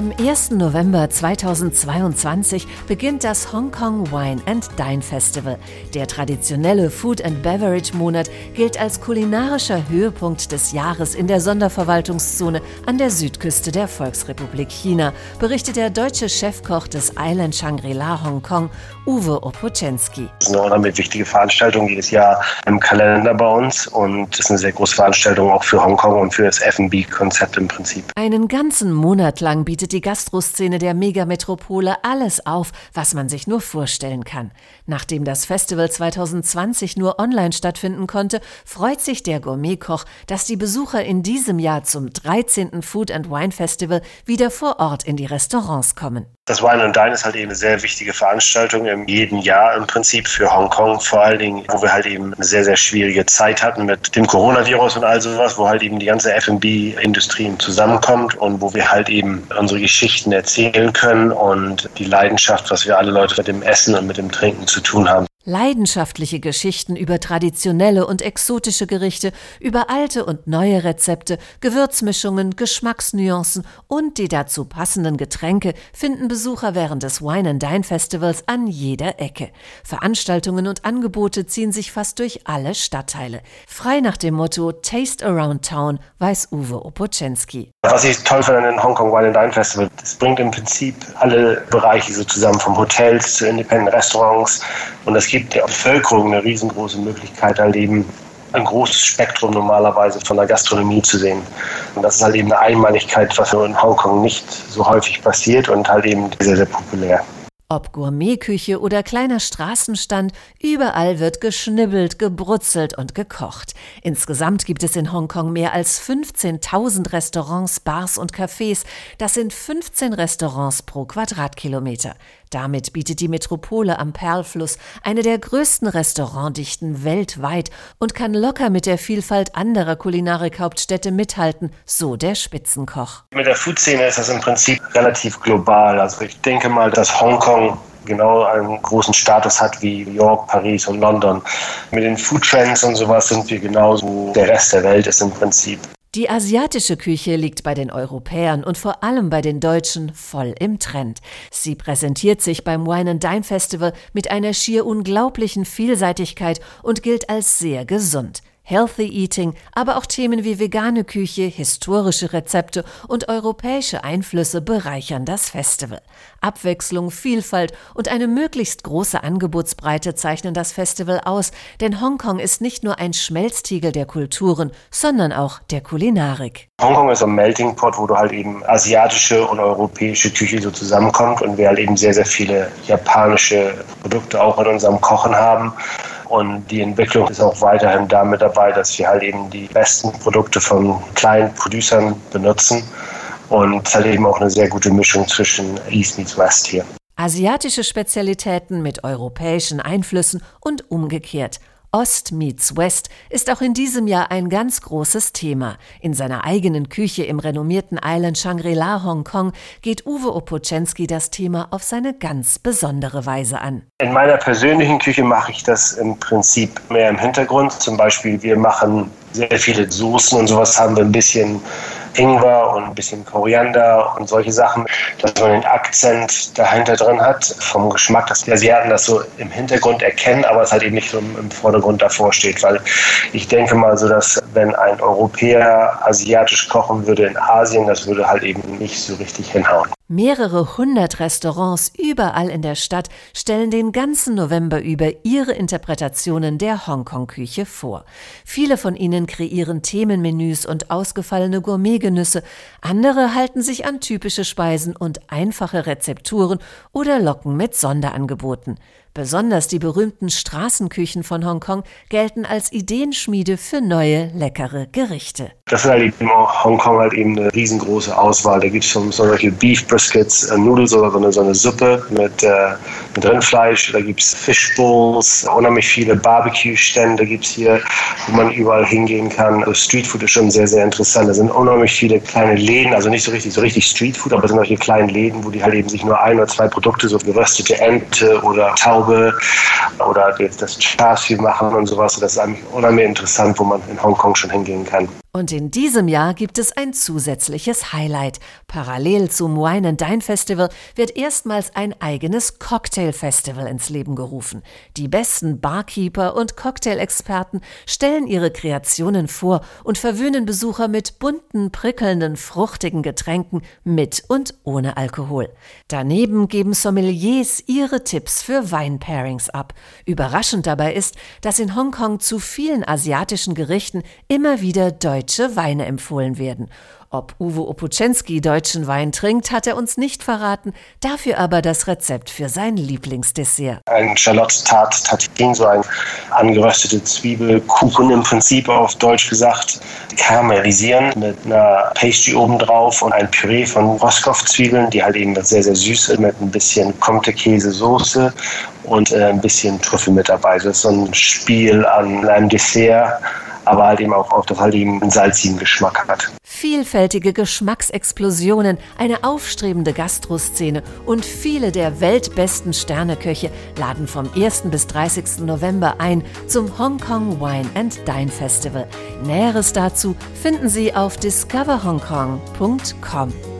Am 1. November 2022 beginnt das Hong Kong Wine and Dine Festival. Der traditionelle Food and Beverage Monat gilt als kulinarischer Höhepunkt des Jahres in der Sonderverwaltungszone an der Südküste der Volksrepublik China, berichtet der deutsche Chefkoch des Island Shangri-La Hongkong, Uwe Opoczenski. Das ist eine unheimlich wichtige Veranstaltung jedes Jahr im Kalender bei uns und das ist eine sehr große Veranstaltung auch für Hongkong und für das F&B-Konzept im Prinzip. Einen ganzen Monat lang bietet die Gastroszene der Megametropole alles auf, was man sich nur vorstellen kann. Nachdem das Festival 2020 nur online stattfinden konnte, freut sich der Gourmetkoch, dass die Besucher in diesem Jahr zum 13. Food and Wine Festival wieder vor Ort in die Restaurants kommen. Das Wine and Dine ist halt eben eine sehr wichtige Veranstaltung in jedem Jahr im Prinzip für Hongkong, vor allen Dingen, wo wir halt eben eine sehr, sehr schwierige Zeit hatten mit dem Coronavirus und all sowas, wo halt eben die ganze F&B-Industrie zusammenkommt und wo wir halt eben unsere Geschichten erzählen können und die Leidenschaft, was wir alle Leute mit dem Essen und mit dem Trinken zu tun haben. Leidenschaftliche Geschichten über traditionelle und exotische Gerichte, über alte und neue Rezepte, Gewürzmischungen, Geschmacksnuancen und die dazu passenden Getränke finden Besucher während des Wine and Dine Festivals an jeder Ecke. Veranstaltungen und Angebote ziehen sich fast durch alle Stadtteile. Frei nach dem Motto Taste Around Town, weiß Uwe Opoczenski. Was ich toll finde an den Hong Kong Wine and Dine Festival, es bringt im Prinzip alle Bereiche so zusammen, vom Hotels zu Independent Restaurants, und es gibt der Bevölkerung eine riesengroße Möglichkeit, halt eben ein großes Spektrum normalerweise von der Gastronomie zu sehen. Und das ist halt eben eine Einmaligkeit, was in Hongkong nicht so häufig passiert und halt eben sehr, sehr populär. Ob Gourmetküche oder kleiner Straßenstand, überall wird geschnibbelt, gebrutzelt und gekocht. Insgesamt gibt es in Hongkong mehr als 15.000 Restaurants, Bars und Cafés. Das sind 15 Restaurants pro Quadratkilometer. Damit bietet die Metropole am Pearl-Fluss eine der größten Restaurantdichten weltweit und kann locker mit der Vielfalt anderer Kulinarik-Hauptstädte mithalten, so der Spitzenkoch. Mit der Food-Szene ist das im Prinzip relativ global. Also ich denke mal, dass Hongkong genau einen großen Status hat wie New York, Paris und London. Mit den Food-Trends und sowas sind wir genauso, wo der Rest der Welt ist im Prinzip. Die asiatische Küche liegt bei den Europäern und vor allem bei den Deutschen voll im Trend. Sie präsentiert sich beim Wine and Dine Festival mit einer schier unglaublichen Vielseitigkeit und gilt als sehr gesund. Healthy Eating, aber auch Themen wie vegane Küche, historische Rezepte und europäische Einflüsse bereichern das Festival. Abwechslung, Vielfalt und eine möglichst große Angebotsbreite zeichnen das Festival aus, denn Hongkong ist nicht nur ein Schmelztiegel der Kulturen, sondern auch der Kulinarik. Hongkong ist ein Melting Pot, wo du halt eben asiatische und europäische Küche so zusammenkommt und wir halt eben sehr, sehr viele japanische Produkte auch in unserem Kochen haben. Und die Entwicklung ist auch weiterhin damit dabei, dass wir halt eben die besten Produkte von kleinen Producern benutzen. Und es ist halt eben auch eine sehr gute Mischung zwischen East meets West hier. Asiatische Spezialitäten mit europäischen Einflüssen und umgekehrt. Ost meets West ist auch in diesem Jahr ein ganz großes Thema. In seiner eigenen Küche im renommierten Island Shangri-La Hongkong geht Uwe Opoczenski das Thema auf seine ganz besondere Weise an. In meiner persönlichen Küche mache ich das im Prinzip mehr im Hintergrund. Zum Beispiel, wir machen sehr viele Soßen und sowas, haben wir ein bisschen Ingwer und ein bisschen Koriander und solche Sachen, dass man den Akzent dahinter drin hat, vom Geschmack, dass die Asiaten das so im Hintergrund erkennen, aber es halt eben nicht so im Vordergrund davor steht, weil ich denke mal so, dass wenn ein Europäer asiatisch kochen würde in Asien, das würde halt eben nicht so richtig hinhauen. Mehrere hundert Restaurants überall in der Stadt stellen den ganzen November über ihre Interpretationen der Hongkong-Küche vor. Viele von ihnen kreieren Themenmenüs und ausgefallene Gourmetgenüsse, andere halten sich an typische Speisen und einfache Rezepturen oder locken mit Sonderangeboten. Besonders die berühmten Straßenküchen von Hongkong gelten als Ideenschmiede für neue, leckere Gerichte. Das ist halt eben auch Hongkong halt eben eine riesengroße Auswahl. Da gibt es schon solche Beef Briskets, Nudels oder so eine Suppe mit Rindfleisch. Da gibt es Fishbowls, unheimlich viele Barbecue-Stände gibt es hier, wo man überall hingehen kann. Also Streetfood ist schon sehr, sehr interessant. Da sind unheimlich viele kleine Läden, also nicht so richtig Streetfood, aber es sind solche kleinen Läden, wo die halt eben sich nur ein oder zwei Produkte, so geröstete Ente oder Taube oder das Char Siu machen und sowas. Das ist eigentlich unheimlich interessant, wo man in Hongkong schon hingehen kann. Und in diesem Jahr gibt es ein zusätzliches Highlight. Parallel zum Wine and Dine Festival wird erstmals ein eigenes Cocktail-Festival ins Leben gerufen. Die besten Barkeeper und Cocktailexperten stellen ihre Kreationen vor und verwöhnen Besucher mit bunten, prickelnden, fruchtigen Getränken mit und ohne Alkohol. Daneben geben Sommeliers ihre Tipps für Wine-Pairings ab. Überraschend dabei ist, dass in Hongkong zu vielen asiatischen Gerichten immer wieder deutsche Weine empfohlen werden. Ob Uwe Opoczenski deutschen Wein trinkt, hat er uns nicht verraten, dafür aber das Rezept für sein Lieblingsdessert. Ein Charlotte-Tart Tatin, so ein angeröstete Zwiebelkuchen im Prinzip auf Deutsch gesagt, karamellisieren mit einer Pastry obendrauf und ein Püree von Roscoff-Zwiebeln, die halt eben sehr, sehr süß ist, mit ein bisschen Comte-Käse-Soße und ein bisschen Trüffel mit dabei. Das ist so ein Spiel an einem Dessert, aber halt eben auch, dass halt eben einen salzigen Geschmack hat. Vielfältige Geschmacksexplosionen, eine aufstrebende Gastroszene und viele der weltbesten Sterneköche laden vom 1. bis 30. November ein zum Hongkong Wine and Dine Festival. Näheres dazu finden Sie auf discoverhongkong.com.